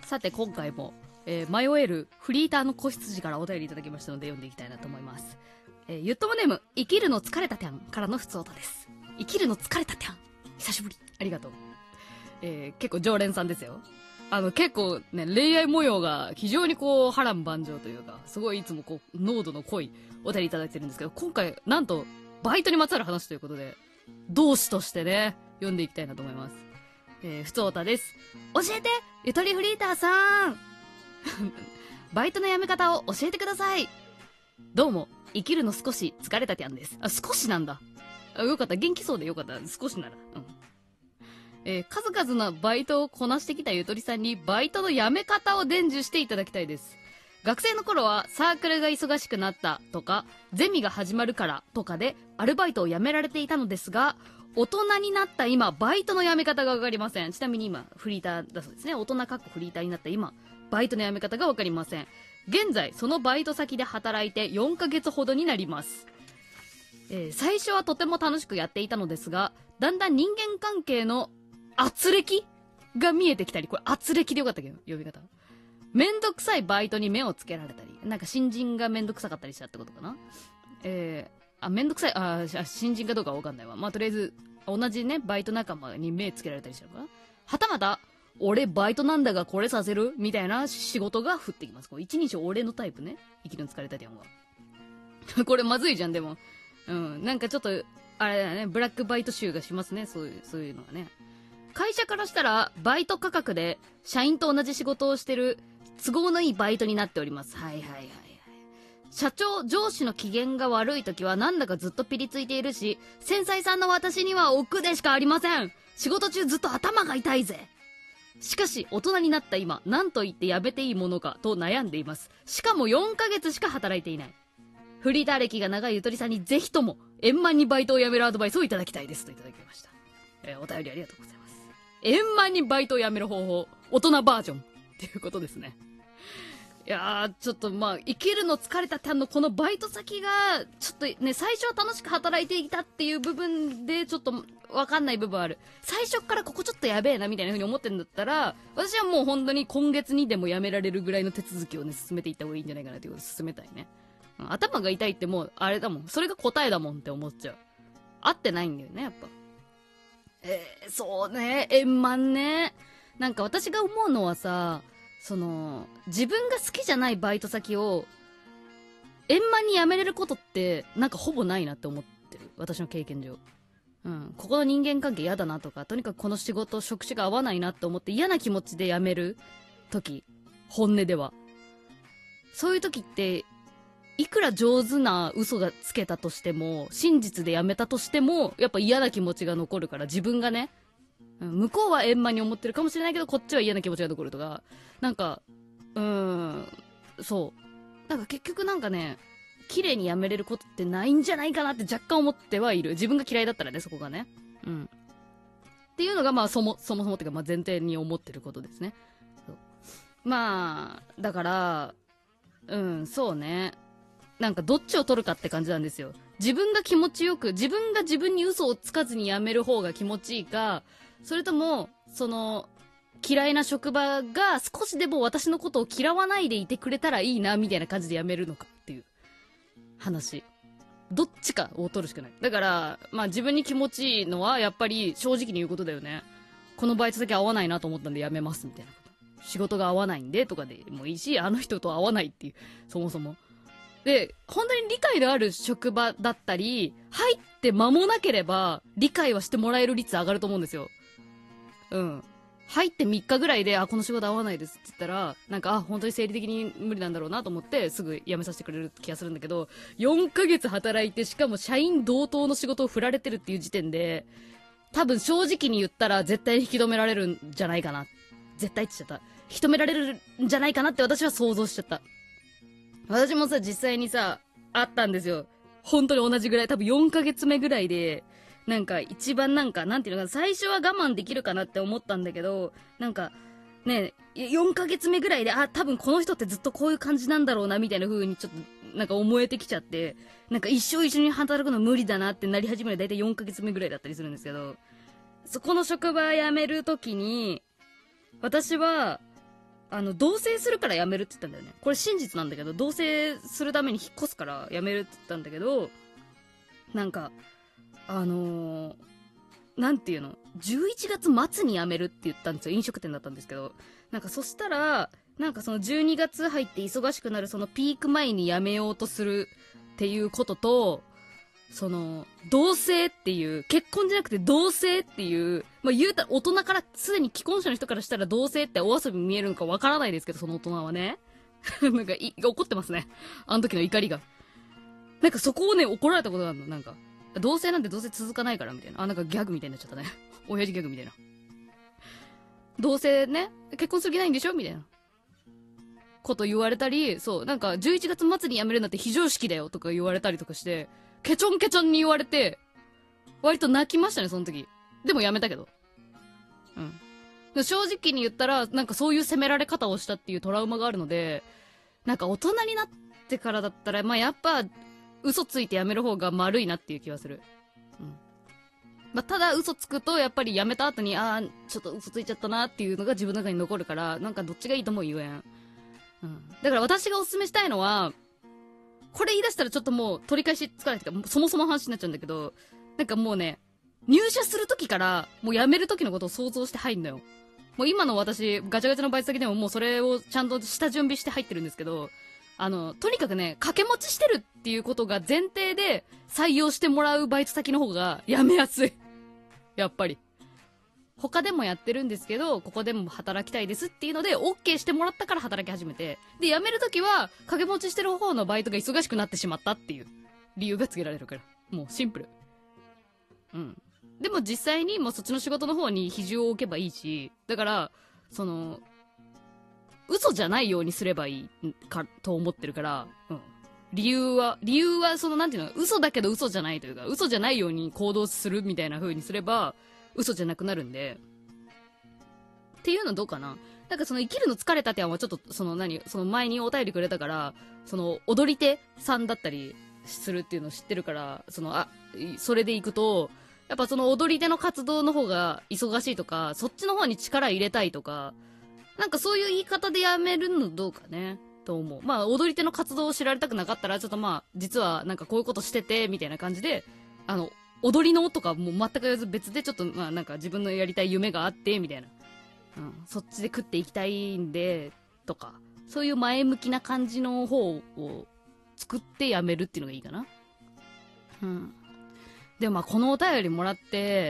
さて今回も、迷えるフリーターの子羊からお便りいただきましたので読んでいきたいなと思います。ゆっともネーム、生きるの疲れたてゃんからのふつおたです。生きるの疲れたてゃん。久しぶり。ありがとう。結構常連さんですよ。結構ね、恋愛模様が非常にこう、波乱万丈というか、すごいいつもこう、濃度の濃いお便りいただいてるんですけど、今回、なんと、バイトにまつわる話ということで、同志としてね、読んでいきたいなと思います。ふつおたです。教えてゆとりフリーターさんバイトの辞め方を教えてください。どうも、生きるの少し疲れたてゃんです。あ、少しなんだ。よかった。元気そうでよかった。少しなら。数々のバイトをこなしてきたゆとりさんにバイトの辞め方を伝授していただきたいです。学生の頃はサークルが忙しくなったとか、ゼミが始まるからとかでアルバイトを辞められていたのですが、大人になった今、バイトの辞め方がわかりません。ちなみに今、フリーターだそうですね。大人かっこフリーターになった今、バイトの辞め方がわかりません。現在、そのバイト先で働いて4ヶ月ほどになります。最初はとても楽しくやっていたのですが、だんだん人間関係の圧力が見えてきたり、これ圧力でよかったけど、呼び方。めんどくさいバイトに目をつけられたり、なんか新人がめんどくさかったりしたってことかな。めんどくさい、新人かどうかはわかんないわ。まあ、とりあえず、同じね、バイト仲間に目つけられたりしたのかな。はたまた、俺バイトなんだがこれさせるみたいな仕事が降ってきます。こう一人称俺のタイプね。生きるの疲れたてんは。これまずいじゃん、でも。うん、なんかちょっと、あれだよね、ブラックバイト集がしますね、そういうのはね。会社からしたら、バイト価格で、社員と同じ仕事をしてる、都合のいいバイトになっております。はいはいはいはい。社長、上司の機嫌が悪い時はなんだかずっとピリついているし、繊細さんの私には億でしかありません。仕事中ずっと頭が痛いぜ。しかし、大人になった今、何と言ってやめていいものかと悩んでいます。しかも4ヶ月しか働いていない。フリーター歴が長いゆとりさんにぜひとも、円満にバイトを辞めるアドバイスをいただきたいです。といただきました。お便りありがとうございます。円満にバイトを辞める方法、大人バージョンっていうことですね。いやー、ちょっとまあ、生きるの疲れたてんのこのバイト先が、ちょっとね、最初は楽しく働いていたっていう部分で、ちょっとわかんない部分ある。最初からここちょっとやべえなみたいな風に思ってるんだったら、私はもう本当に今月にでも辞められるぐらいの手続きをね、進めていった方がいいんじゃないかなっていうことで進めたいね。頭が痛いってもう、あれだもん。それが答えだもんって思っちゃう。合ってないんだよね、やっぱ。そうね、円満ね。なんか私が思うのはさ、自分が好きじゃないバイト先を、円満に辞めれることって、なんかほぼないなって思ってる。私の経験上。うん。ここの人間関係嫌だなとか、とにかくこの仕事、職種が合わないなって思って嫌な気持ちで辞める時、本音では。そういう時って、いくら上手な嘘がつけたとしても、真実で辞めたとしても、やっぱ嫌な気持ちが残るから、自分がね、向こうは円満に思ってるかもしれないけど、こっちは嫌な気持ちが残るとか、なんか、そう。なんか結局なんかね、綺麗に辞めれることってないんじゃないかなって若干思ってはいる。自分が嫌いだったらね、そこがね。うん。っていうのがまあそもそもっていうか、まあ前提に思ってることですね。まあ、だから、そうね。なんかどっちを取るかって感じなんですよ。自分が気持ちよく、自分が自分に嘘をつかずに辞める方が気持ちいいか、それとも、嫌いな職場が少しでも私のことを嫌わないでいてくれたらいいな、みたいな感じで辞めるのかっていう話。どっちかを取るしかない。だから、まあ自分に気持ちいいのはやっぱり正直に言うことだよね。このバイト先合わないなと思ったんで辞めます、みたいなこと。仕事が合わないんでとかでもいいし、あの人と合わないっていう、そもそも。で、本当に理解のある職場だったり、入って間もなければ、理解はしてもらえる率上がると思うんですよ。うん。入って3日ぐらいで、この仕事合わないですって言ったら、なんか、本当に生理的に無理なんだろうなと思って、すぐ辞めさせてくれる気がするんだけど、4ヶ月働いて、しかも社員同等の仕事を振られてるっていう時点で、多分正直に言ったら絶対引き止められるんじゃないかな。絶対って言っちゃった。引き止められるんじゃないかなって私は想像しちゃった。私もさ、実際にさ、あったんですよ。本当に同じぐらい、多分4ヶ月目ぐらいで、なんか一番なんていうのかな、最初は我慢できるかなって思ったんだけど、なんか、ね、4ヶ月目ぐらいで、多分この人ってずっとこういう感じなんだろうな、みたいな風にちょっと、なんか思えてきちゃって、なんか一生一緒に働くの無理だなってなり始めるだいたい4ヶ月目ぐらいだったりするんですけど、そこの職場辞めるときに、私は、 同棲するから辞めるって言ったんだよね。これ真実なんだけど、同棲するために引っ越すから辞めるって言ったんだけど、なんか、なんていうの ?11 月末に辞めるって言ったんですよ。飲食店だったんですけど。なんかそしたら、なんかその12月入って忙しくなるそのピーク前に辞めようとするっていうことと、その、同棲っていう、結婚じゃなくて同棲っていう、まあ、言うたら大人から、すでに既婚者の人からしたら同棲ってお遊びに見えるのかわからないですけど、その大人はね。なんか怒ってますね。あの時の怒りが。なんかそこをね、怒られたことがあるの。なんか、同棲なんてどうせ続かないから、みたいな。なんかギャグみたいになっちゃったね。親父ギャグみたいな。同棲ね、結婚する気ないんでしょみたいな。こと言われたり、そう、なんか11月末に辞めるなんて非常識だよとか言われたりとかして、ケチョンケチョンに言われて、割と泣きましたね、その時。でもやめたけど。うん。正直に言ったら、なんかそういう責められ方をしたっていうトラウマがあるので、なんか大人になってからだったら、まあやっぱ、嘘ついてやめる方が丸いなっていう気はする。うん。まあただ嘘つくと、やっぱりやめた後に、ちょっと嘘ついちゃったなっていうのが自分の中に残るから、なんかどっちがいいとも言えん。うん。だから私がおすすめしたいのは、これ言い出したらちょっともう取り返しつかないというか、そもそもの話になっちゃうんだけど、なんかもうね、入社する時から、もう辞める時のことを想像して入んのよ。もう今の私、ガチャガチャのバイト先でももうそれをちゃんとした準備して入ってるんですけど、とにかくね、掛け持ちしてるっていうことが前提で採用してもらうバイト先の方が辞めやすい。やっぱり。他でもやってるんですけど、ここでも働きたいですっていうので、OK してもらったから働き始めて、で、辞めるときは、掛け持ちしてる方のバイトが忙しくなってしまったっていう理由がつけられるから。もうシンプル。うん。でも実際にもうそっちの仕事の方に比重を置けばいいし、だから、その、嘘じゃないようにすればいいか、と思ってるから、うん。理由は、その、なんていうの、嘘だけど嘘じゃないというか、嘘じゃないように行動するみたいな風にすれば、嘘じゃなくなるんで。っていうのどうかな。なんかその生きるの疲れた点はちょっとそのその前にお便りくれたから、その踊り手さんだったりするっていうのを知ってるから、それで行くと、やっぱその踊り手の活動の方が忙しいとか、そっちの方に力入れたいとか、なんかそういう言い方でやめるのどうかね。と思う。まあ踊り手の活動を知られたくなかったら、ちょっとまあ、実はなんかこういうことしてて、みたいな感じで、踊りのとかもう全く言わず別でちょっとまあなんか自分のやりたい夢があってみたいな、そっちで食っていきたいんでとか、そういう前向きな感じの方を作ってやめるっていうのがいいかな。でもまあこのお便りもらって、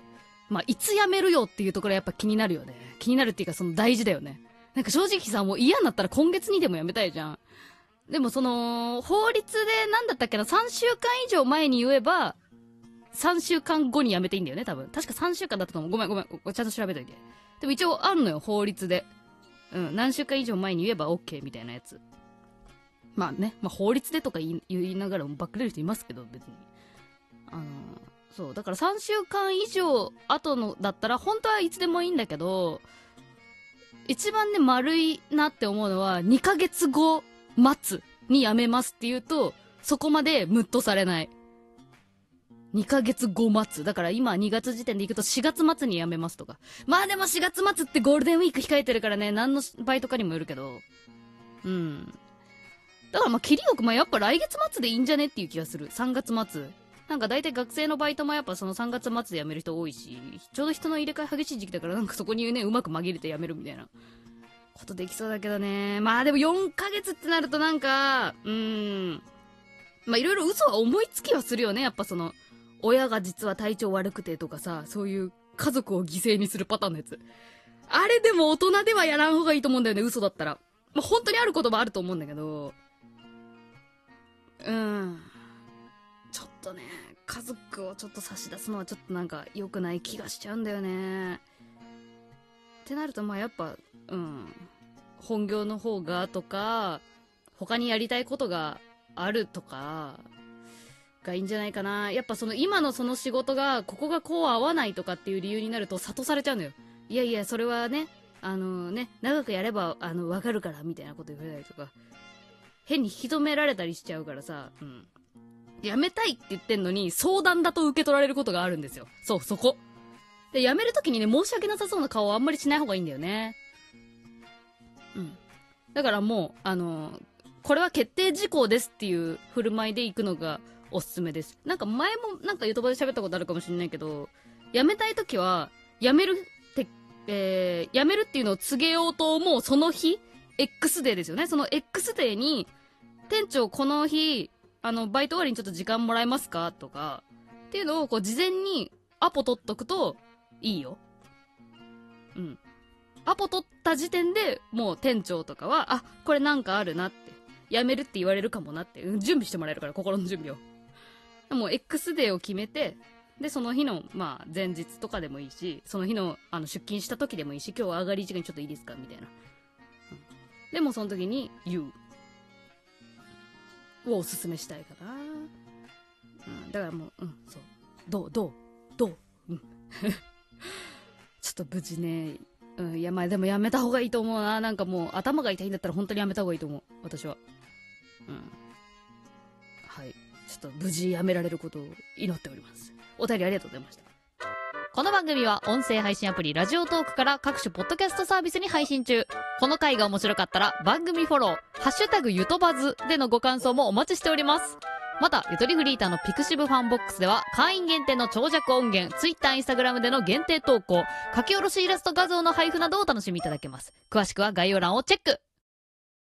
まあいつやめるよっていうところやっぱ気になるよね。気になるっていうかその大事だよね。なんか正直さ、もう嫌になったら今月にでもやめたいじゃん。でもその法律でなんだったっけな、3週間以上前に言えば3週間後に辞めていいんだよね、多分。確か3週間だったと思う。ごめん。ちゃんと調べといて。でも一応あるのよ、法律で。何週間以上前に言えば OK みたいなやつ。まあね、まあ法律でとか言いながらもバックれる人いますけど、別に。そう。だから3週間以上後のだったら、本当はいつでもいいんだけど、一番ね、丸いなって思うのは、2ヶ月後末に辞めますって言うと、そこまでムッとされない。2ヶ月後末。だから今2月時点で行くと4月末に辞めますとか。まあでも4月末ってゴールデンウィーク控えてるからね、何のバイトかにもよるけど。だからまあ切りよく、まあやっぱ来月末でいいんじゃねっていう気がする。3月末。なんか大体学生のバイトもやっぱその3月末で辞める人多いし、ちょうど人の入れ替え激しい時期だからなんかそこにね、うまく紛れて辞めるみたいなことできそうだけどね。まあでも4ヶ月ってなるとなんか、まあいろいろ嘘は思いつきはするよね。やっぱその、親が実は体調悪くてとかさ、そういう家族を犠牲にするパターンのやつ。あれでも大人ではやらん方がいいと思うんだよね、嘘だったら。まあ、本当にある言葉あると思うんだけど、ちょっとね、家族をちょっと差し出すのはちょっとなんか良くない気がしちゃうんだよね。ってなるとまあやっぱ、本業の方がとか、他にやりたいことがあるとか、がいいんじゃないかな。やっぱその今のその仕事がここがこう合わないとかっていう理由になると諭されちゃうのよ。いやいやそれはね、長くやればわかるからみたいなこと言われたりとか、変に引き止められたりしちゃうからさ、やめたいって言ってんのに相談だと受け取られることがあるんですよ。そう、そこで、やめるときにね、申し訳なさそうな顔はあんまりしない方がいいんだよね。 だからもう、これは決定事項ですっていう振る舞いで行くのがおすすめです。なんか前もなんか言葉で喋ったことあるかもしれないけど、辞めたいときは、辞めるっていうのを告げようと思うその日、X デーですよね。その X デーに、店長この日、バイト終わりにちょっと時間もらえますかとか、っていうのをこう事前にアポ取っとくといいよ。うん。アポ取った時点でもう店長とかは、あ、これなんかあるなって。辞めるって言われるかもなって。準備してもらえるから、心の準備を。もう X デーを決めて、で、その日の、まあ、前日とかでもいいし、その日の、出勤した時でもいいし、今日は上がり時間ちょっといいですかみたいな。でも、その時に言う。をおすすめしたいかな。だからもう、そう。どうちょっと無事ね、いや、まあでもやめた方がいいと思うな。なんかもう、頭が痛いんだったら本当にやめた方がいいと思う。私は。はい。ちょっと無事やめられることを祈っております。お便りありがとうございました。この番組は音声配信アプリラジオトークから各種ポッドキャストサービスに配信中。この回が面白かったら番組フォロー、ハッシュタグゆとばずでのご感想もお待ちしております。また、ゆとりフリーターのピクシブファンボックスでは会員限定の長尺音源、Twitter、Instagram での限定投稿、書き下ろしイラスト画像の配布などをお楽しみいただけます。詳しくは概要欄をチェック。